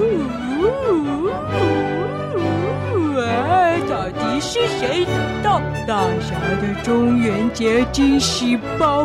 到底是谁得到大侠的中元节惊喜包？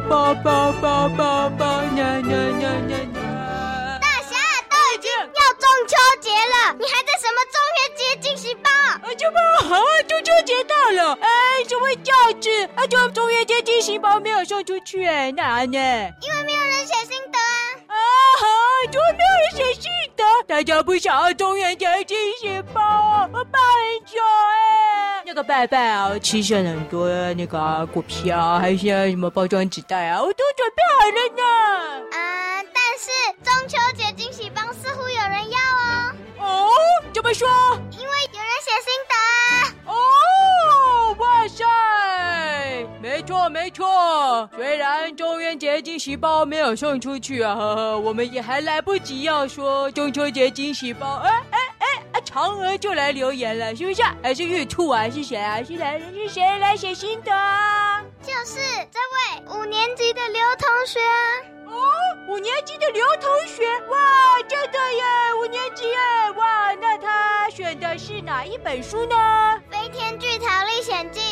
大侠，都已经要中秋节了，你还在什么中元节惊喜包？ 这不好，中秋节到了，怎么会这样子？就中元节惊喜包没有送出去，那呢？ 因为没有人写心得啊。 怎么没有人写心得？大家不想要中元节惊喜包啊？我办很久那个拜拜啊，吃剩很多那个果皮啊，还有些什么包装纸袋啊，我都准备好了呢。 但是中秋节惊喜包似乎有人要哦。 哦，怎么说？ 因为有人写心得啊。 哦，哇塞！没错，虽然中元节惊喜包没有送出去啊，我们也还来不及要说中秋节惊喜包。嫦娥就来留言了，是不是？还是玉兔啊？是谁啊？是谁来写心得啊？ 就是这位5年级的刘同学。 5年级的刘同学，哇，真的耶，5年级耶，哇，那他选的是哪一本书呢？ 《飞天巨桃历险记》。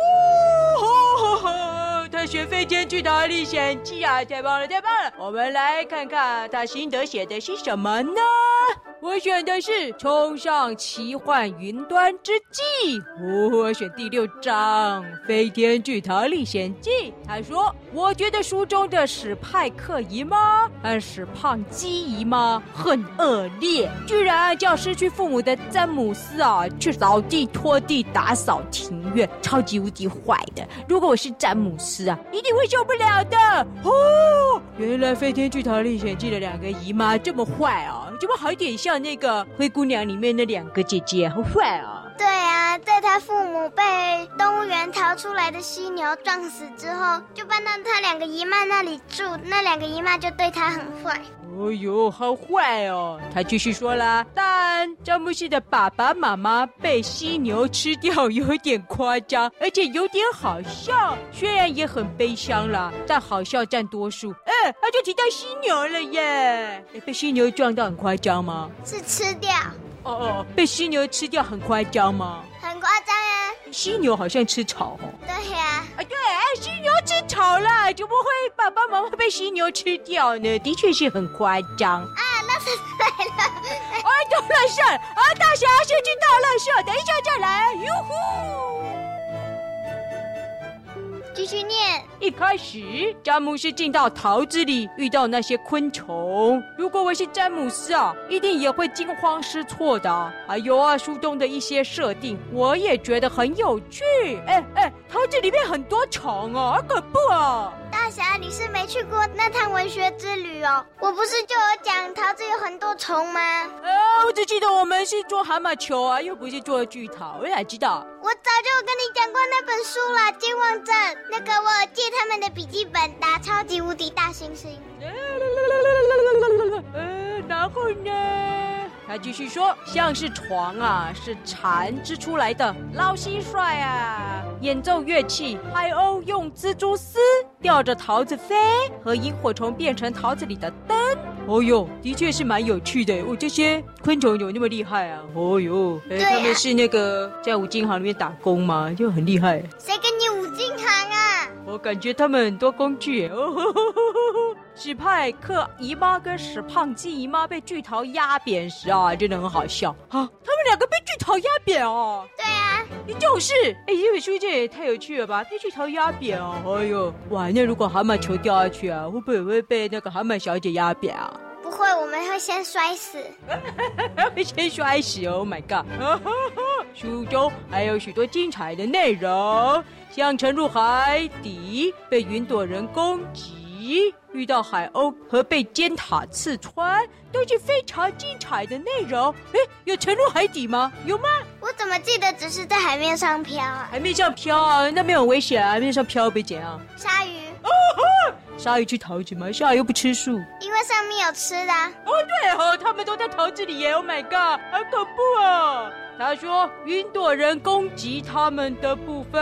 他选《飞天巨桃历险记》啊，太棒了！我们来看看他心得写的是什么呢？我选的是冲上奇幻云端之际，我选第6章《飞天巨桃历险记》。他说，我觉得书中的史派克姨妈和史胖基姨妈很恶劣，居然叫失去父母的詹姆斯啊去扫地拖地打扫庭院，超级无敌坏的。如果我是詹姆斯啊，一定会受不了的。原来《飞天巨桃历险记》的2个姨妈这么坏啊，这么好一点像那个灰姑娘里面那2个姐姐，好坏啊！ 对啊，在他父母被动物园逃出来的犀牛撞死之后，就搬到他2个姨妈那里住，那2个姨妈就对他很坏。 哦呦，好坏哦！他继续说啦，但詹姆斯的爸爸妈妈被犀牛吃掉有点夸张，而且有点好笑，虽然也很悲伤啦，但好笑占多数。他就提到犀牛了耶！被犀牛撞到很夸张吗？ 是吃掉。 被犀牛吃掉很夸张吗？ 很夸张啊！ 犀牛好像吃草哦。 对呀。 对，犀牛吃草啦，怎么会爸爸妈妈被犀牛吃掉呢？的确是很夸张啊！垃圾来了！ 倒垃圾啊！大侠先去倒垃圾，等一下再来。哟呼！ 继续念。 一开始，詹姆斯进到桃子里，遇到那些昆虫。如果我是詹姆斯啊，一定也会惊慌失措的。还有啊，书中的一些设定，我也觉得很有趣。桃子里面很多虫哦，好恐怖哦！ 大侠，你是没去过那趟文学之旅哦？我不是就有讲桃子有很多虫吗？ 我只记得我们是做蛤蟆球啊，又不是做巨桃，我哪知道？ 我早就有跟你讲过那本书啦，《健忘症》。那个我有借他们的笔记本打超级无敌大猩猩。 然后呢？他继续说，像是床啊，是蚕织出来的，老蟋蟀啊，演奏乐器，海鸥用蜘蛛丝吊着桃子飞，和萤火虫变成桃子里的灯。哦哟，的确是蛮有趣的。这些昆虫有那么厉害啊？哦哟，他们是那个在五金行里面打工吗？就很厉害。 谁跟你五金行啊？ 我感觉他们很多工具史派克姨妈跟史胖基姨妈被巨桃压扁时啊，真的很好笑啊！他们2个被巨桃压扁哦。 对啊， 就是这本书这也太有趣了吧！被巨桃压扁哦，哎呦，哇！那如果蛤蟆球掉下去啊，会不会被那个蛤蟆小姐压扁啊？ 不会，我们会先摔死。 会先摔死 ！Oh my god！ 书中还有许多精彩的内容，像沉入海底、被云朵人攻击、遇到海鸥和被尖塔刺穿，都是非常精彩的内容。有沉入海底吗？有吗？ 我怎么记得只是在海面上飘啊？ 海面上飘啊，那没有危险啊，海面上飘被怎样？ 鲨鱼。 鲨鱼吃桃子吗？鲨鱼又不吃树， 因为上面有吃的。 对他们都在桃子里耶 ！Oh my god， 好恐怖哦！他说，云朵人攻击他们的部分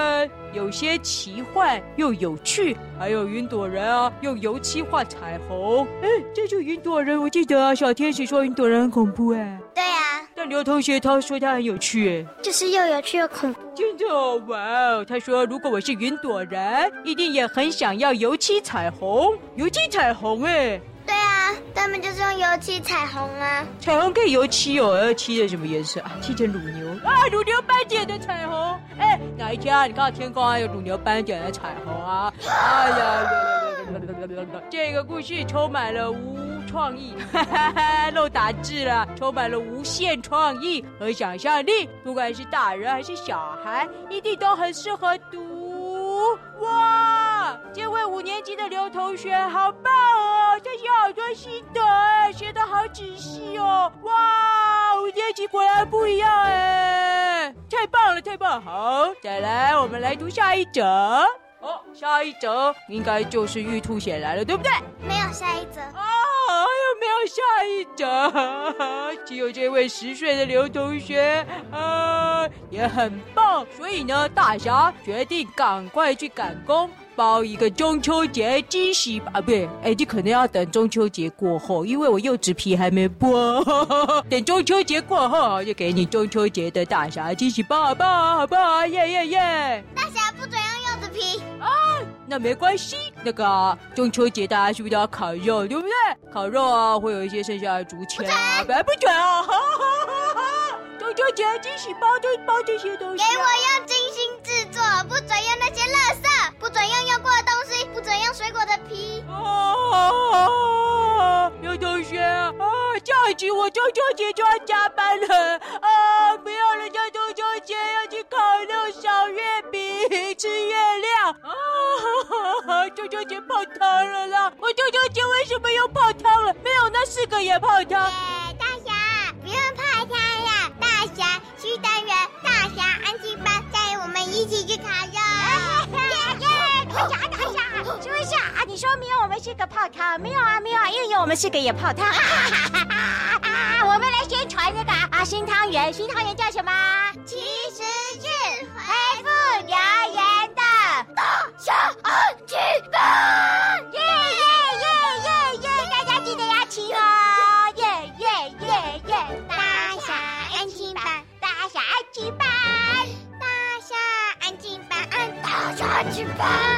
有些奇幻又有趣，还有云朵人啊，用油漆画彩虹。这就云朵人，我记得啊，小天使说云朵人很恐怖哎。 对啊， 但刘同学他说他很有趣哎， 就是又有趣又恐怖。 真的哦，哇哦！他说如果我是云朵人，一定也很想要油漆彩虹，油漆彩虹哎。 对啊，他们就是用油漆彩虹啊。 彩虹可以油漆哦，漆的什么颜色啊？漆成乳牛啊，乳牛斑点的彩虹。哪一天啊？你看到天空还有乳牛斑点的彩虹啊？哎呀，这个故事充满了无创意，漏打字了，充满了无限创意和想象力，不管是大人还是小孩，一定都很适合读。哇，这位5年级的刘同学好棒哦，他写好多心得哎，写得好仔细哦。哇，5年级果然不一样哎，太棒了太棒了。好，再来我们来读下一则。下一则应该就是玉兔写来了，对不对？ 没有下一则又没有下一则，只有这位10岁的刘同学，也很棒。所以呢，大侠决定赶快去赶工，包一个中秋节惊喜吧。不对，你可能要等中秋节过后，因为我柚子皮还没剥。等中秋节过后，就给你中秋节的大侠惊喜包，好不好？好不好？耶耶耶！ 大侠不准用柚子皮那没关系，那个中秋节大家是不是都要烤肉，对不对？烤肉啊，会有一些剩下的竹签啊，不准啊！中秋节惊喜包就包这些东西， 给我用精心制作，不准用那些垃圾，不准用过的东西，不准用水果的皮。 刘同学这样子我中秋节就要加班了不要人家中秋节要去烤肉、烧月饼、吃月亮中秋节泡汤了啦！我中秋节为什么又泡汤了？没有那4个也泡汤。 大侠不用泡汤了，大侠去单元大侠安静班，带我们一起去烤肉。 大侠，是不是啊？你说没有我们4个泡汤？没有啊，因为有我们4个也泡汤。我们来宣传那个新汤圆，新汤圆叫什么？ 其实是回复留言的大侠安静班。 大家记得要起哦！ 大侠安静班， 大侠安静班， 大侠安静班，大侠安静班。